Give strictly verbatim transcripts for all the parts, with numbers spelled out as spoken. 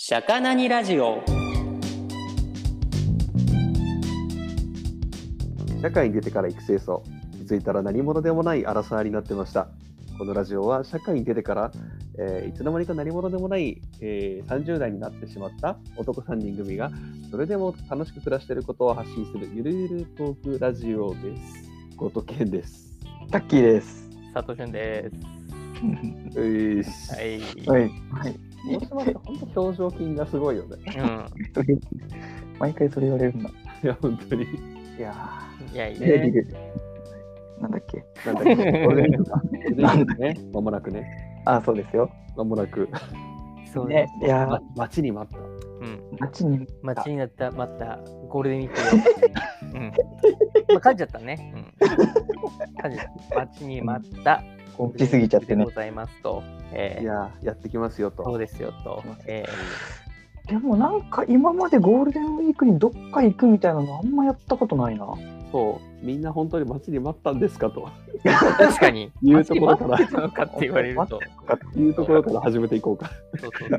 シャカナニラジオ。 社会に出てから育成層、気づいたら何者でもないアラサーになってました。このラジオは社会に出てから、えー、いつの間にか何者でもない、えー、さんじゅう代になってしまった男さんにん組がそれでも楽しく暮らしていることを発信するゆるゆるトークラジオです。ゴトケンです。 タッキーです。 佐藤俊です。 ういしはい。 はい。はい。 大島って本当表情筋がすごいよね。 うん。 毎回それ言われるんだ。 いや本当に。いやいやいいね。なんだっけ。 なんだっけ。これでいいのか。なんだね。間もなくね。 あ、そうですよ。 間もなく。 そうね。いや、 ま、待ちに待った。うん。 待ちに待ちになった待ったゴールデンウィークよ。うん。まあ噛んじゃったね。うん。噛んじゃった。待ちに待った。 落ちすぎちゃってね。 ございますと。 えー、いややってきますよと。 そうですよと。えー、でもなんか今までゴールデンウィークにどっか行くみたいなのあんまやったことないな。 そうみんな本当に待ちに待ったんですかと。 確かに。 いうところからのかって言われると。 いうところから始めていこうか。そうそうそう。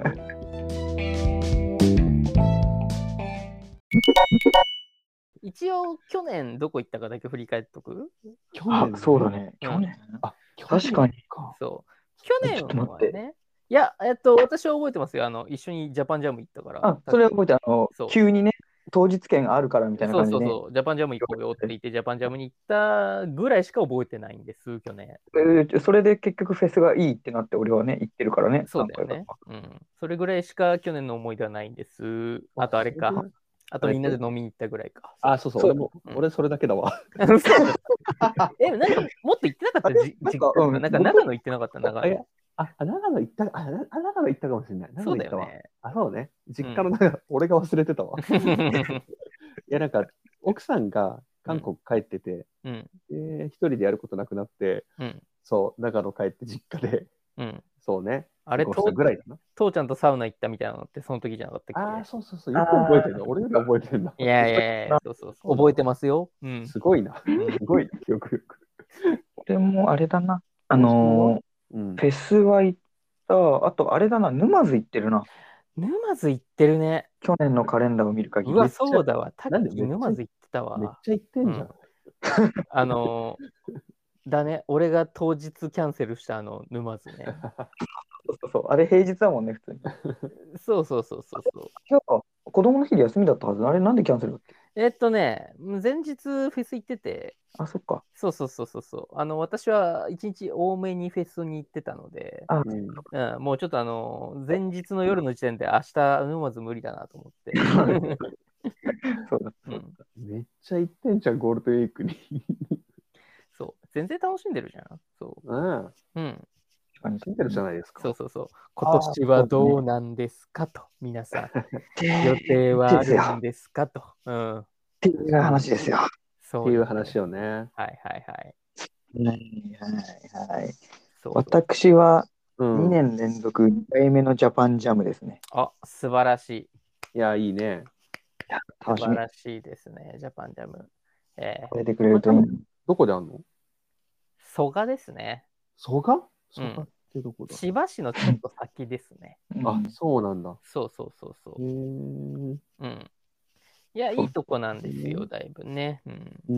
一応去年どこ行ったかだけ振り返っとく？ 去年、ね、そうだね。去年、うん、あ確かにそう去年はね、いやえっと私は覚えてますよ。あの一緒にジャパンジャム行ったから。 あ、それは覚えて、あの急にね当日券あるからみたいな感じで、ね、 そうそうそうジャパンジャム行こうよって言ってジャパンジャムに行ったぐらいしか覚えてないんです去年。 えー、それで結局フェスがいいってなって俺はね行ってるからね。 そうだよね。うん。それぐらいしか去年の思い出はないんです。あとあれか。あとみんなで飲みに行ったぐらいか。 あ、そうそう、俺も、うん、俺それだけだわ。 え、なんかもっと行ってなかったじなんか、うん、なんか長野行ってなかった長野。 あ、長野行った、あ、長野行ったかもしれない。 そうだよね。 あ、そうね。実家の長野、うん、俺が忘れてたわ。いや、なんか、奥さんが韓国帰ってて、うん、で、一人でやることなくなって、うん、そう、長野帰って実家で、うん、そうね。 あれ、父ぐらいだな。 父ちゃんとサウナ行ったみたいなのってその時じゃなかったっけ？ ああ、そうそうそう。よく覚えてるの。俺より覚えてるんだ。 いやいやいや、そうそうそう。覚えてますよ。うん。 すごいな。すごいな。よくよく。 俺もあれだな。あのー、うん、フェスは行った。あと、あれだな。沼津行ってるな。 沼津行ってるね。 去年のカレンダーを見る限り。 うわ、そうだわ。タッキー沼津行ってたわ。 めっちゃ行ってんじゃん。うん、 あのー、だね。俺が当日キャンセルしたあの沼津ね。 そうそうそう。あれ平日だもんね、普通に。 そうそうそうそうそう。 今日子供の日で休みだったはず。あれなんでキャンセルだっけ？ えっとね、前日フェス行ってて。 あ、そっか。 そうそうそうそうそう。あの、私は一日多めにフェスに行ってたので、 あ、 うん、もうちょっとあの、前日の夜の時点で明日沼津無理だなと思って。 そうだ、 うん。 めっちゃ行ってんじゃん、ゴールデンウィークに。 そう。全然楽しんでるじゃん。そう。うん。うん。 楽しんでるじゃないですか。 そうそうそう。今年はどうなんですかと、皆さん。予定はあるんですかと。うん。 っていう話ですよ。 そういう話よね。はいはいはい。 はいはいはい。私はにねん連続にかいめのジャパンジャムですね。 あ、素晴らしい。 いや、いいね。 素晴らしいですね、ジャパンジャム。 えー、出てくれるといい。 どこであんの？ 蘇我ですね。 蘇我？蘇我ってどこだ？ 千葉市のちょっと先ですね。 あ、そうなんだ。 そうそうそうそう。 へー。 うん。いや、いいとこなんですよ、だいぶね。うん。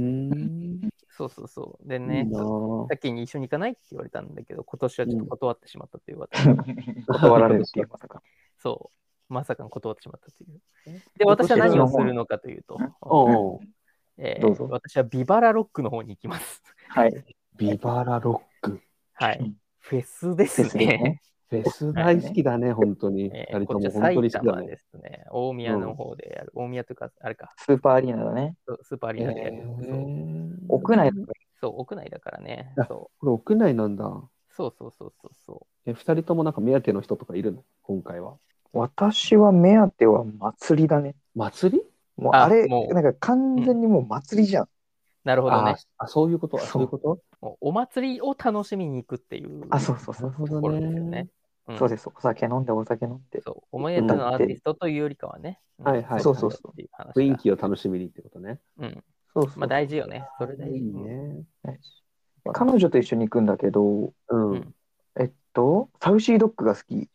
そうそうそう。でね、さっきに一緒に行かないって言われたんだけど、今年はちょっと断ってしまったという私が。 断られるっていうまさか。 そう。まさか断ってしまったという。で、私は何をするのかというと、えー、私はビバラロックの方に行きます。 はい。 ビバラロック。 はい。フェスですね。 フェス大好きだね、本当に。 えー、こっちは埼玉ですね。大宮の方でやる。大宮というか、あれか。 スーパーアリーナだね。 スーパーアリーナでやる。 屋内。 そう、屋内だからね。 そう。これ屋内なんだ。 そうそうそうそうそう。 え、二人ともなんか目当ての人とかいるの？今回は。 私は目当ては祭りだね。 祭り？ もうあれ、なんか完全にもう祭りじゃん。 なるほどね。 あ、そういうこと。そういうこと？ お祭りを楽しみに行くっていう。 あ、そうそうそう。 なるほどね。 そうです。お酒飲んでお酒飲んで。 そう。思い当たりのアーティストというよりかはね。 はいはい。 そうそうそう。 雰囲気を楽しみにってことね。 うん。そうそう。まあ大事よね。それ大事。 いいね。 彼女と一緒に行くんだけど、 うん。 えっと、サウシードッグが好き。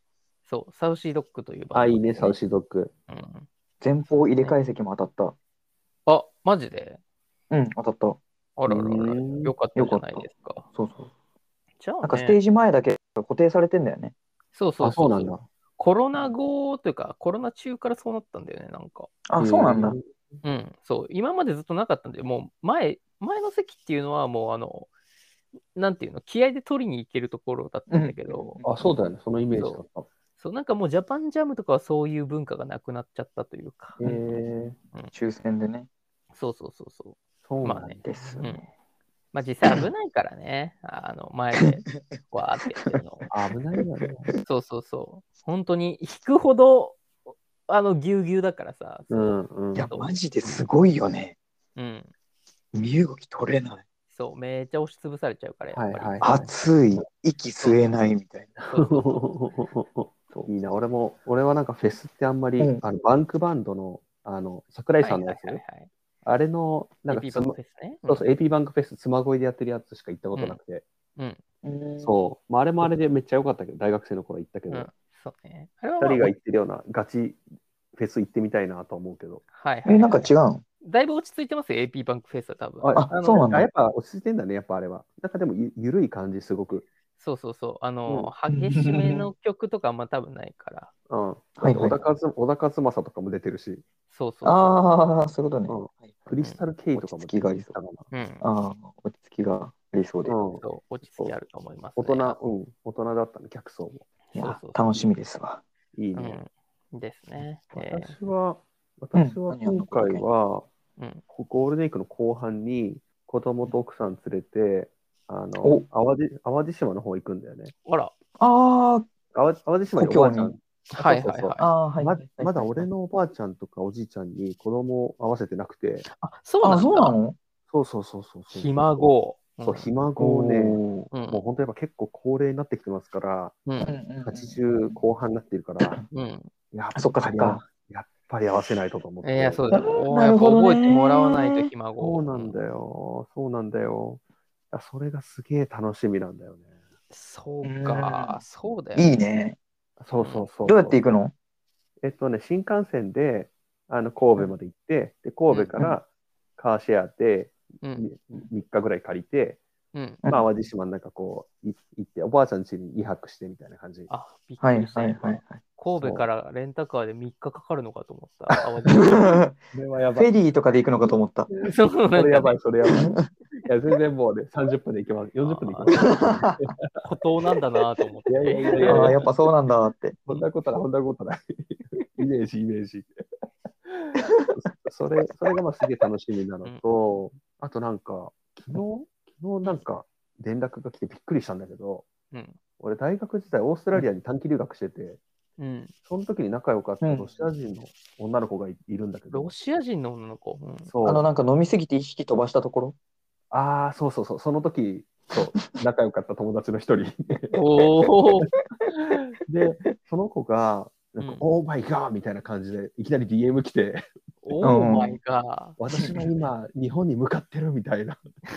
そう、サウシードッグというバンド、 あ、いいね、サウシードッグ。 うん。 前方入れ替え席も当たっあ、マジでた。うん、当たった。 あらららら、 うん。 よかったじゃないですか。 そうそう。 じゃあなんかステーね、 ジ前だけ固定されてんだよね。 そうそうあ、 そそう。 そううなんだ。 コロナ後というか、コロナ中からそうなったんだよね、なんか。 あ、そうなんだ。 うん、そう。今までずっとなかったんで、もう前、前の席っていうのはもうあの、なんていうの、気合で取りに行けるところだったんだけど、 うんあ、そうだよね。そのイメージだった。 そう、なんかもうジャパンジャムとかはそういう文化がなくなっちゃったというか。 えー、 抽選でね。 そうそうそうそう。 そうまあね。 なんですうん。 ね。 まあ実際危ないからね。あの、前でわーってやってるの。 危ないよね。 そうそうそう。本当に引くほど、あの、ぎゅうぎゅうだからさ。 うそうんうん。 いや、マジですごいよね。 うん。 身動き取れない。 そう、めっちゃ押しつぶされちゃうから、やっぱり。 はいはいはい暑い、息吸えないみたいな。 そうそうそいいな、俺も、俺はなんかフェスってあんまり、 うんあのバンクバンドの、あの、桜井さんのやつ、 はいはいはいはいあれの、なんかエーピーつまバンクフェスね。 そうそう、エーピー バンクフェス、妻恋でやってるやつしか行ったことなくて、 うん。 うんそう、まあ、あれもあれでめっちゃ良かったけど、大学生の頃行ったけど、 うん。そうね。あれは、まあ、 二人が行ってるようなガチフェス行ってみたいなと思うけど。 はいはい、 え、なんか違うの？ だいぶ落ち着いてますよ、エーピー バンクフェスは多分。 あのそうなんだあやっぱ落ち着いてんだね、やっぱあれは。なんかでもゆゆるい感じ、すごく。 そうそうそう。あの、 うん激しめの曲とかあんま多分ないから。 うん。 はいはい小田和小田和正とかも出てるし、 そうそうそう。 ああ、そういうことね。 うんはいクリスタル・ケイとかも落ち着きがありそうかな。 うん。 ああ、落ち着きがありそうで。 うんそう、落ち着きあると思います、 大ね。 人、うん、大人だったね、客層も。 いやそうそうそう楽しみですわ。 いいね。 うん。ですね。えー私は、私は今回は、 うん。 ゴールデンウィークの後半に子供と奥さん連れて、あのお、 淡路、淡路島の方行くんだよね。 あら。 ああ、 淡路淡路島におばあちゃん。 はいはいはい。 ああ、はい。 ままだ俺のおばあちゃんとかおじいちゃんに子供を合わせてなくて。 あ、そうなんだ。 そうなの？ そうそうそうそうそう。 ひ孫。 そう、ひ孫をね、 うん、 もう本当やっぱ結構高齢になってきてますから、 うん、 はちじゅう後半になってるから、 うん。 やっそっかそっか。 やっぱり合わせないとと思って。 いや、そうだよ。 なるほどね。 覚えてもらわないとひ孫。 そうなんだよ。そうなんだよ。それがすげえ楽しみなんだよね。 そうか、そうだよ、 いいね。 そうそうそう。 どうやって行くの？ えっとね、新幹線であの神戸まで行って、で神戸からカーシェアでみっかぐらい借りて、 うんまあ、淡路島の中こう行って、おばあちゃん家ににはくしてみたいな感じ。 あ、びっくりした。 はいはいはい、 神戸からレンタカーでみっかかかるのかと思った。淡路島それはやばい。 フェリーとかで行くのかと思った。 そうそれやばい、それやばい。いや、全然もうね、さんじゅっぷんで行けます。よんじゅっぷんで行けます。 孤島なんだなと思って。 いやいやいやいや、 あやっぱそうなんだって。 そんなことない、そんなことない。イメージ、イメージ。それ、それがまあすげえ楽しみなのと、うん、あとなんか、昨日、昨日なんか連絡が来てびっくりしたんだけど、うん、俺大学時代オーストラリアに短期留学してて、うん、その時に仲良かったロシア人の女の子がいるんだけど。 ロシア人の女の子、うん、 そう。あのなんか飲みすぎて意識飛ばしたところ？ ああ、そうそうそう。その時、そう、仲良かった友達の一人。 おで、その子が、なんか、うん、オーマイガーみたいな感じで、いきなり ディーエム 来て、 オーマイガー。 私は今、日本に向かってるみたいな。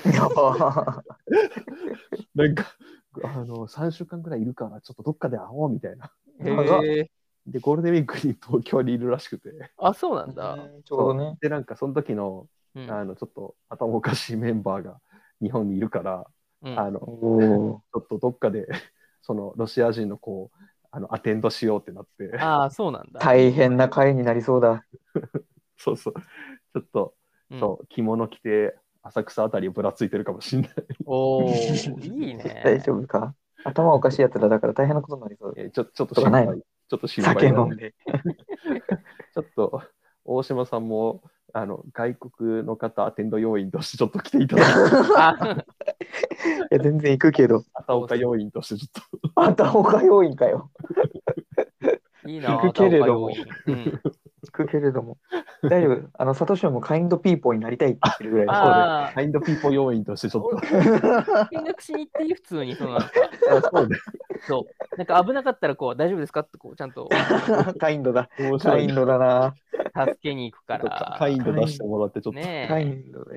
なんか、あの、さんしゅうかんぐらいいるから、ちょっとどっかで会おうみたいな。 へで、ゴールデンウィークに東京にいるらしくて。 あ、そうなんだ。 ちょうどね。 で、なんか、その時の、うん、あの、ちょっと頭おかしいメンバーが日本にいるから、うん、あの、ちょっとどっかで、その、ロシア人の子を、あの、アテンドしようってなって。 ああ、そうなんだ。 大変な会になりそうだ。 そうそう。ちょっと、うん、そう、着物着て、浅草あたりをぶらついてるかもしれない。 おー、いいね。 大丈夫か？頭おかしいやつらだから大変なことになりそうだ。 えー、ちょちょっと心配。ちょっと心配。 酒飲んで。 ちょっと、大島さんも、あの、外国の方、アテンド要員としてちょっと来ていただいて。 いや、全然行くけど。 あたおか要員としてちょっと。あたおか要員かよ。 いいな、 行くけれども。 うん、 行くけれども。大丈夫。あの、サトシもカインドピーポーになりたいって言ってるぐらいで。 そうで。カインドピーポー要員としてちょっと。 見学しに行っていい普通に、そのなんか。 そうで。 そう。なんか危なかったら、こう、大丈夫ですかって、こう、ちゃんと。 カインドだ。カインドだな。 助けに行くから。 カインド出してもらって、ちょっと。 ねカインドで。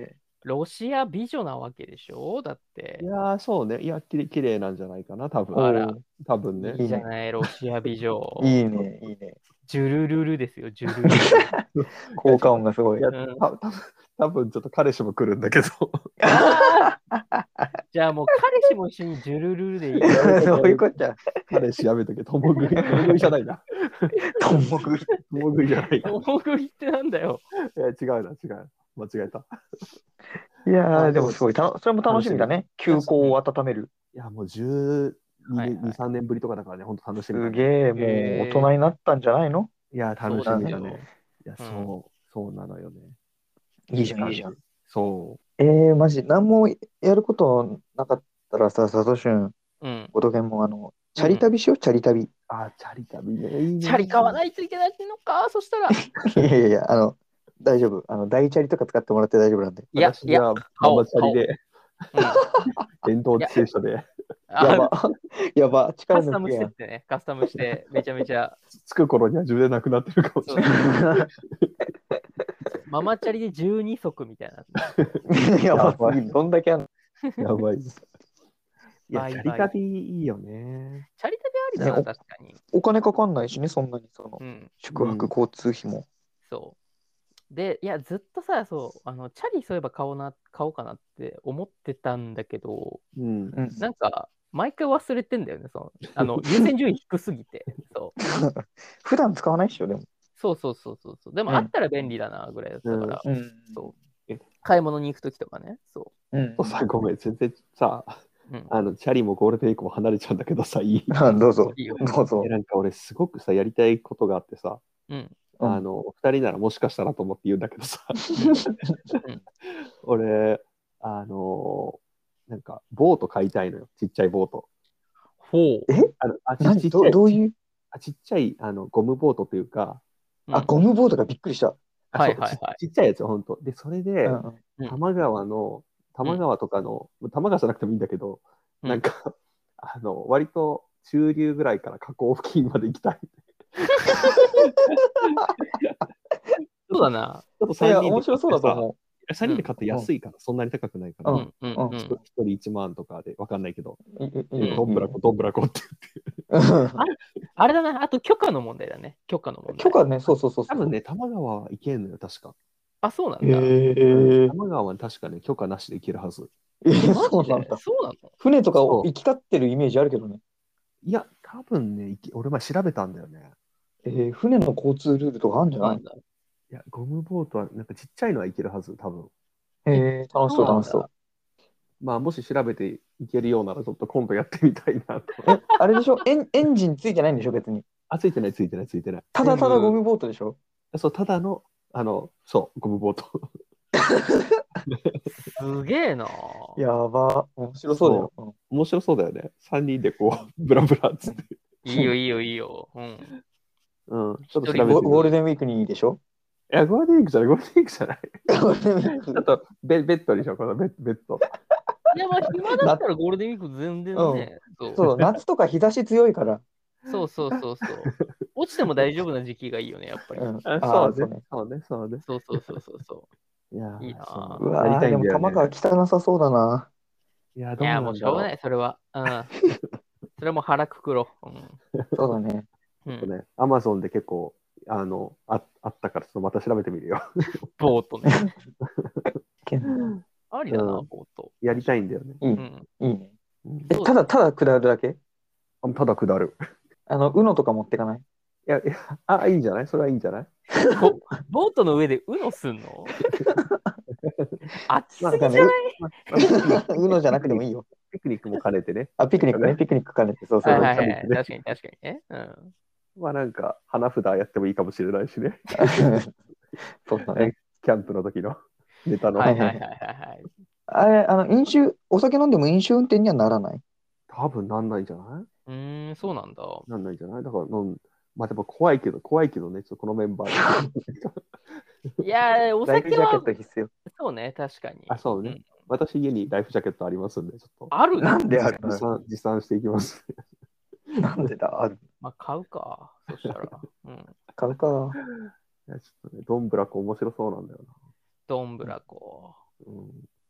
ロシア美女なわけでしょだって。 いやー、そうね。いや、きれきれいなんじゃないかな、多分。 あら、 多分ね。 いいじゃない、ロシア美女。 いいね、いいね。 ジュルルルですよ、ジュルルル。 効果音がすごい。 いや、た多分多分ちょっと彼氏も来るんだけど。 ああじゃあもう彼氏も一緒にジュルルルでいい。 そういうことじゃ。 彼氏やめとけ。共食い。共食いじゃないな。 共食い。 共食いじゃないな。 共食いってなんだよ。 いや、違うな、違う。間違えた。 いやー、でもすごいた、それも楽しみだね。休校を温める。 いや、もうじゅうに、さんねんぶりとかだからね、本当楽しみだね。 すげえ、もう大人になったんじゃないの？ いや、楽しみだね。いや、 うんそう、そうなのよね。 いいじゃん、いいじゃん。 そう。 えー、マジ、何もやることなかったらさ、佐藤俊、 うん。 ボドゲンもあの、チャリ旅しよう、チャリ旅。 あ、チャリ旅ね。いいね。 チャリ買わないといけないのか、そしたら。 いやいやいや、あの、大丈夫。あの、大チャリとか使ってもらって大丈夫なんで。 いや、いや、 ママチャリで、 うん、 電動自転車で。 やば、やば、力カスタム抜くやん。 してってね、カスタムして、めちゃめちゃ。 つく頃には充電なくなってるかもしれない。 ママチャリでじゅうに足みたいな。 やばすぎる。どんだけあんの？ やばい。いや、チャリ旅いいよね。 チャリ旅ありだな、確かに。 お金かかんないしね、そんなに。その、 うん、 宿泊、交通費も。 そう。で、いや、ずっとさ、そう、あの、チャリそういえば買おうな、買おうかなって思ってたんだけど、 うん、 なんか、毎回忘れてんだよね、その、あの、優先順位低すぎて。そう。 普段使わないっしょ、でも。 そうそうそうそうそう。でも、あったら便利だな、ぐらいだったから、 うん、 そう。買い物に行くときとかね、そう。 うん。 さ、ごめん、全然さ、うん、あの、チャリもゴールデンウィークも離れちゃうんだけどさ、いい？ どうぞ、どうぞ。 なんか俺、すごくさ、やりたいことがあってさ、 うん、 あの、二人ならもしかしたらと思って言うんだけどさ、うん、俺、あの、なんか、ボート買いたいのよ、ちっちゃいボート。 ほう。えあのあちっちゃいどういうあちっちゃいあのゴムボートというか、 あ、ゴムボートがびっくりした。 はいはいはい。ちっちゃいやつ、ほんと。で、それで、うん、多摩川の、多摩川とかの、多摩川じゃなくてもいいんだけど、うん、なんか、あの、割と中流ぐらいから河口付近まで行きたい。 そうだな。 ちょっとさんにんで面白そうだと思う。さんにんで買って安いから、そんなに高くないから、ひとりいちまんとかでわかんないけど、どんぶらこ、どんぶらこって言って。あれだな、あと許可の問題だね。許可の問題。 許可ね、そうそうそう。 多分ね、多摩川は行けんのよ、確か。 あ、そうなんだ。 へー。 多摩川は確かね、許可なしで行けるはず。 えー、そうなんだ。 そうなの？ 船とか行き交ってるイメージあるけどね。 いや、多分ね、俺前調べたんだよね。 えー、船の交通ルールとかあるんじゃない？ いや、ゴムボートはなんかちっちゃいのは行けるはず、多分。 えー、楽しそう、楽しそう。 まあ、もし調べていけるようなら、ちょっと今度やってみたいなと。 え、あれでしょエン、エンジンついてないんでしょ別に。 あ、ついてない、ついてない、ついてない。 ただただゴムボートでしょ？ そう、ただの、あの、そう、ゴムボート。 すげえな。 やば。面白そうだよ。 うん、面白そうだよね。さんにんでこう、ブラブラっつって。 いいよ、いいよ、いいよ。うん。 うん。ちょっと調べてゴールデンウィークにいいでしょ？ いや、ゴールデンウィークじゃない、ゴールデンウィークじゃない。ゴールデンウィーク。ちょっとベ、ベッドにしよう、このベッベッド。 いや、まあ、暇だったらゴールデンウィーク全然ね。 うん、そう、夏とか日差し強いから。 そうそうそうそう。落ちても大丈夫な時期がいいよね、やっぱり。うん、 ああ、そうね。そうね、そうね。 そうそうそうそうそう。 いやいいな。 うわー、でも玉川汚さそうだな。 いや、どうなんだろう。いや、 もうしょうがない、それは。うん。それも腹くくろう。うん、 そうだね。 ちょっとね、アマゾンで結構、あの、ああったから、ちょっとまた調べてみるよ。 ボートね。ありだな、ボート。 やりたいんだよね。 いい。いいね。え、ただただ下るだけ？ ただ下る。 あの、ウノとか持ってかない？ いや、いや、あ、いいんじゃない？それはいいんじゃない？ ボートの上でウノすんの？あっちすぎじゃない？ ウノじゃなくてもいいよ。 ピクニックも兼ねてね。 あ、ピクニックね、ピクニック兼ねて、そうそう。 はいはいはい、確かに確かにね。うん。 まあなんか、花札やってもいいかもしれないしね。 そうだね。 キャンプの時のネタの。 はいはいはいはい。 あれ、あの、飲酒、お酒飲んでも飲酒運転にはならない？ 多分なんないんじゃない？ うーん、そうなんだ。 なんないんじゃない？だから、うん、まあでも怖いけど、怖いけどね、ちょっとこのメンバーで。いや、お酒は。 ライフジャケット必須よ。 そうね、確かに。 あ、そうね。うん、私、家にライフジャケットありますんで、ちょっと。 ある？ なんである？ 持参、持参していきます。 なんでだ、ある。 まあ、買うか。そしたら。うん。 買うか。 いや、ちょっとね、ドンブラコ面白そうなんだよな。 ドンブラコ。 うん。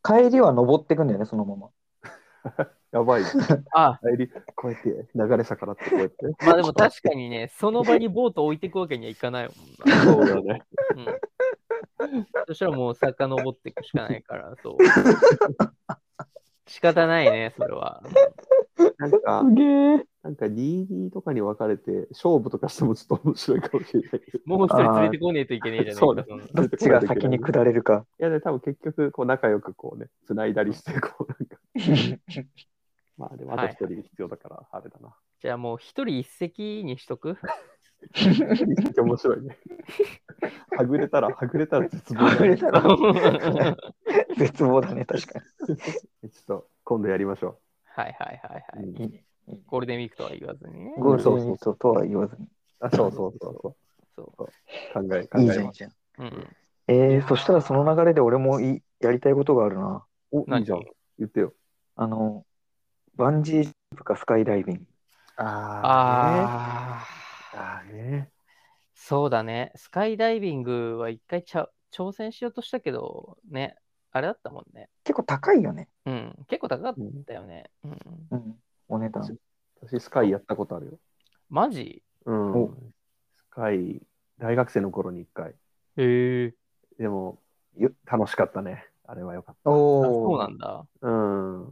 帰りは登ってくんだよね、そのまま。 やばい。 あ、 帰り、こうやって流れ逆らってこうやって。 まあでも確かにね、その場にボート置いていくわけにはいかないもんな。 そうだね。 うん。そしたらもう遡っていくしかないから、そう。仕方ないね、それは。 なんか、 すげえ。 なんかにたいにとかに分かれて勝負とかしてもちょっと面白いかもしれないけど。 もう一人連れてこねえといけねえじゃねえそうねか。そんなどっちが先に下れるか。 いや、で多分結局、こう仲良くこうね、繋いだりして、こうなんか。まあでもあと一人必要だから、あれだな。 じゃあもう一人一席にしとく面白いね。はぐれたら、はぐれたら絶望だ、ね。 はぐれたら絶望だね、確かに。 ちょっと今度やりましょう。 はいはいはいはい。 いいね。 ゴールデンウィークとは言わずにね。 ゴールデンウィークとは言わずに。 あ、そうそうそうそう。 そう考え、考えいいじゃん、いいじゃん。 うんえー、そしたらその流れで俺もいやりたいことがあるな。 お、いいじゃん。言ってよ。 あの、バンジージャンプかスカイダイビング。 ああーね。あーね。 そうだね。スカイダイビングは一回ちゃ挑戦しようとしたけど、ね、あれだったもんね。 結構高いよね。 うん、結構高かったよね。うん。 うん、お値段。 私、スカイやったことあるよ。 マジうん。スカイ、大学生の頃に一回。 へえ。 でも、よ楽しかったね。あれはよかった。 あ、 おそうなんだ。 うん。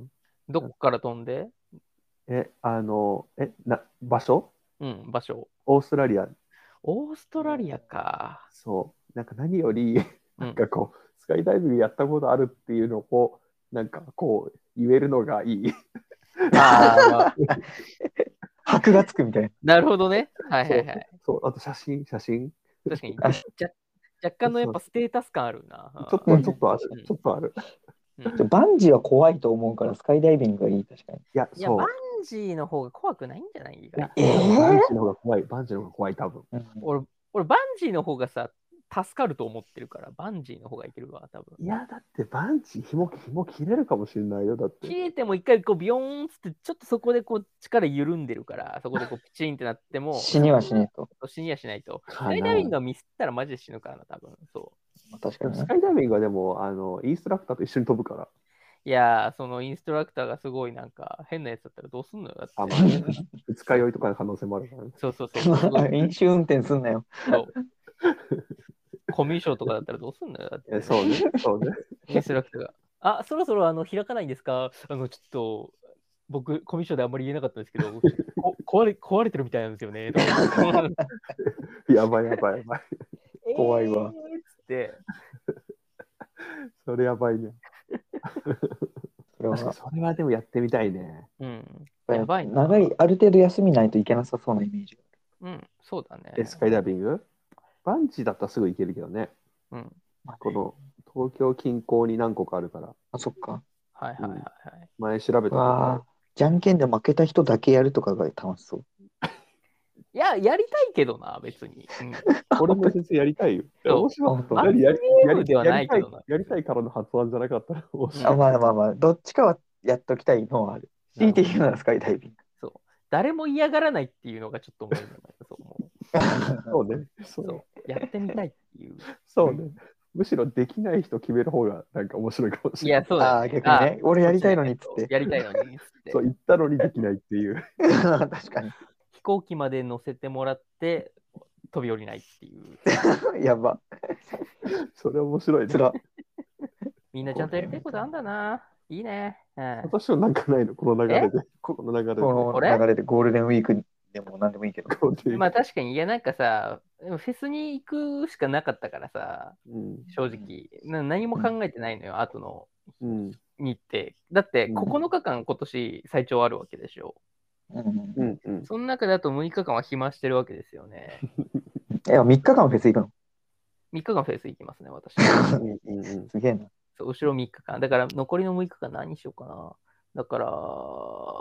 どこから飛んでえ、あの、え、な、場所うん、場所。 オーストラリア。 オーストラリアか。 そう。なんか何より、 うんなんかこう、スカイダイビングやったことあるっていうのを、なんかこう、言えるのがいい。 ああ、 箔がつくみたいな。 なるほどね。はいはいはい。 そう、そうあと写真、写真。 確かに。 あじゃ若干のやっぱステータス感あるな。 ちょっと、ちょっとある。 うんちょっとある。 うんバンジーは怖いと思うからスカイダイビングがいい、確かに。 いや、 いや、バそう。 ンジーの方が怖くないんじゃない意いや外、と。 えーバンジーの方が怖い。バンジーの方が怖い、多分。 うん俺、俺、バンジーの方がさ、助かると思ってるから、バンジーの方がいけるわ、多分。 いや、だってバンジー、紐、紐切れるかもしれないよ、だって。 切れても一回こうビヨーンっつって、ちょっとそこでこう力緩んでるから、そこでこうピチンってなっても、 死にはしねえと。 死にはしないと。スかなカイダイビングはミスったらマジで死ぬからな、多分。そ確かにね。 スカイダイビングはでも、あの、インストラクターと一緒に飛ぶから。 う。いやー、そのインストラクターがすごいなんか変なやつだったらどうすんのよ、だって。 あ、まあね、二日酔いとかの可能性もあるからね。 そうそうそうそう。 飲酒運転すんなよ。 そうコミュ障とかだったらどうすんのよ、だって。 えそうね、そうね。 インストラクターが。あ、そろそろあの開かないんですかあの、ちょっと、僕、コミュ障であんまり言えなかったんですけど、こ壊れ壊れてるみたいなんですよね。とかやばいやばいやばい。 怖いわえーっつって。 それやばいね。 それは確かにそれはでもやってみたいね。 うん。やばいな。 長い、ある程度休みないといけなさそうなイメージ。 うん、そうだね。 え、スカイダイビングバンジーだったらすぐ行けるけどね。 うん。 この東京近郊に何個かあるから。 あ、そっか。 はいはいはいはい。 前調べたことあるわあ、じゃんけんで負けた人だけやるとかが楽しそう。 いや、やりたいけどな、別に。うん俺も全然やりたいよ。 そう面白い本当やりやりゲームではないけどな。 やりたいからの発案じゃなかったら面白い。 あ、まあまあまあ、どっちかはやっときたいのはある。強いて言うならスカイダイビング。 そう。誰も嫌がらないっていうのがちょっと思うのよ。そうもそうね。 うそそうう。やってみたいっていう。 そうね。むしろできない人決める方がなんか面白いかもしれない。 いや、そうだ、 ああ、 ね。 逆にね。俺やりたいのにっつって。 やりたいのにっつって。 そう、言ったのにできないっていう。 確かに。 飛行機まで乗せてもらって飛び降りないっていう。 やば。 それ面白いね。 つら。 みんなちゃんとやりたいことあんだな。いいね。うん、 私はなんかないの、この流れで。この流れで。 この流れでゴールデンウィークでも何でもいいけど。 まあ確かに、いやなんかさ、フェスに行くしかなかったからさ、 うん、 正直な。何も考えてないのよ、うん、後の日程。だってここのかかん今年最長あるわけでしょ。 うんうんうん、 その中だとむいかかんは暇してるわけですよね。 いや、みっかかんフェス行くの ? みっかかんフェス行きますね、私。 うんうん、すげえな。 そう後ろみっかかん。だから残りのむいかかん何しようかな。だから、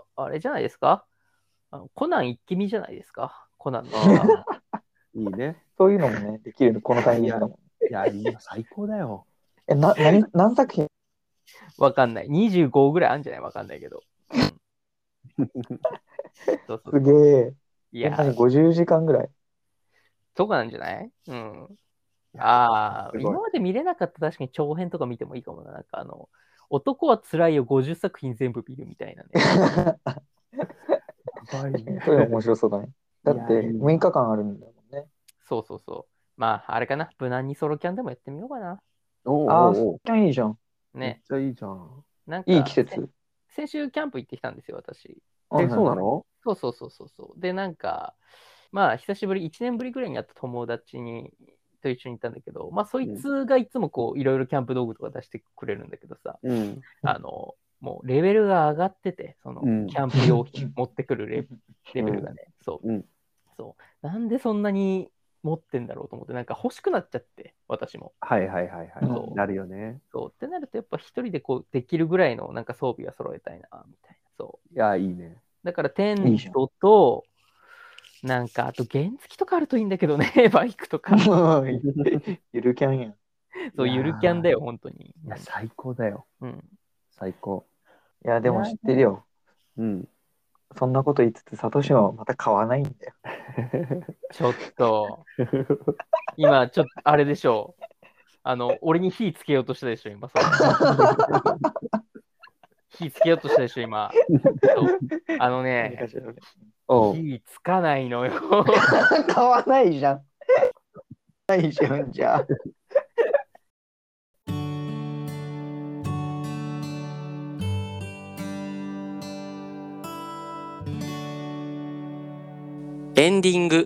あれじゃないですかあのコナン一気見じゃないですかコナンの。 いいね。 そういうのもね、できるの、このタイミングだもん。 いや、いや最高だよ。 え、な、何、何作品わかんない。にじゅうごぐらいあるんじゃないわかんないけど。うん、そうそうすげえ。 いや、 ごじゅうじかんぐらい。 とかなんじゃないうん。ああ、今まで見れなかった確かに長編とか見てもいいかもな。なんかあの、 男は辛いよごじゅっさく品全部見るみたいなね。 それ面白そうだね。だってむいかかんあるんだもんね。 そうそうそう。まあ、あれかな。無難にソロキャンでもやってみようかな。 おああ、ソロキャンいいじゃん。 ね。 めっちゃいいじゃん。 なんかいい季節。 先週キャンプ行ってきたんですよ、私。 え、そうなの？ そうそうそうそうそう。で、なんか、まあ、久しぶり、いちねんぶりぐらいに会った友達にと一緒に行ったんだけど、まあ、そいつがいつもこう、いろいろキャンプ道具とか出してくれるんだけどさ、 うん、 あの、もうレベルが上がってて、その、キャンプ用品持ってくるレレベルがね、そう、うん、そう。なんでそんなに持ってんだろうと思って、なんか欲しくなっちゃって、私も。 はいはいはいはい。そうなるよね。 そう。ってなると、やっぱ一人でこう、できるぐらいのなんか装備は揃えたいな、みたいな。そう。 いや、いいね。 だからテントと、なんか、あと原付とかあるといいんだけどね、バイクとか。 ゆるキャンやん。 そう、ゆるキャンだよ、本当に。 いや、最高だよ。 うん。 最高。 いや、でも知ってるよ。 うん。 そんなこと言いつつ、サトシはまた買わないんだよ。 ちょっと、今、ちょっと、あれでしょう。あの、俺に火つけようとしたでしょ、今。火つけようとしたでしょ、今。そうあのね、火つかないのよ。 買わないじゃん。ないじゃん、じゃあ。 エンディング。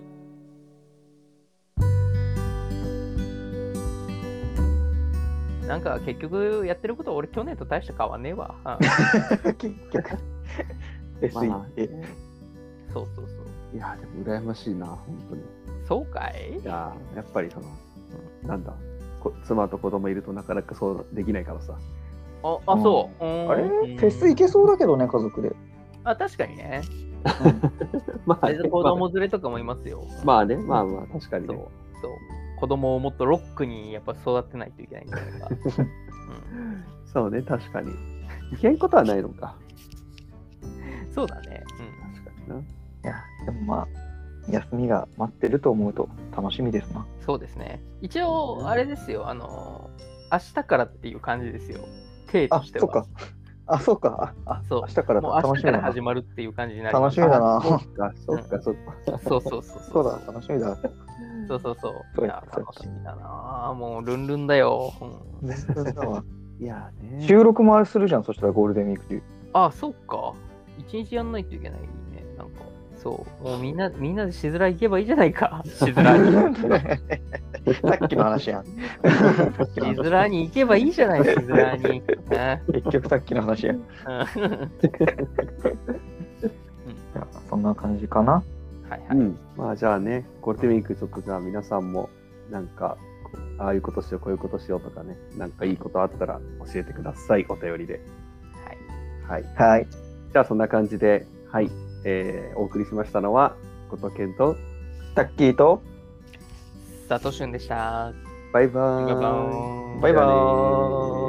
なんか結局やってることは俺去年と大して変わんねえわ。 結局。え、まあ、えそうそうそう。 いや、でも羨ましいな、本当に。 そうかい？ いや、やっぱりその、うん、なんだ、妻と子供いるとなかなかそうできないからさ。 あ、あ、そう。 あれ？フェス行けそうだけどね、家族で。 あ、確かにね。 まあ、ね、 子供連れとかもいますよ。 まあね、まあまあ、確かにね。 そうそう子供をもっとロックにやっぱ育てないといけないんじゃないか。うん、 そうね、確かに。いけんことはないのか。 そうだね。 うん、確かにな。いや、でもまあ、休みが待ってると思うと楽しみですな。 そうですね。一応、あれですよ、あの、明日からっていう感じですよ。体としては。 あ、そうか。あ、そうか。あ、 そう。 明日からもう明日から始まるっていう感じになります。楽しみだな。 そっか、そっか、そっか。 そうそうそうそうだ、楽しみだ。 そうそうそう。いや、楽しみだな。もうルンルンだよ。 うん、 いやね。 収録もあれするじゃん、そしたらゴールデンウィークっていう。 あ、そっか。一日やんないといけないね。なんか、そう。もうみんな、みんなでしづらい行けばいいじゃないか。しづらい。 さっきの話やん。しづらに行けばいいじゃない、しづらに。 結局さっきの話やん。そんな感じかな。 はいはい。 うん、まあじゃあね、ゴールデンウィークちょっとじゃあ皆さんもなんかああいうことしようこういうことしようとかね、なんかいいことあったら教えてください、お便りで。はい。はい。はい、じゃあそんな感じで、はい、えー、お送りしましたのはことけんとタッキーと佐藤俊でした。 バイバーイ。 バイバーイ。バイバーイ。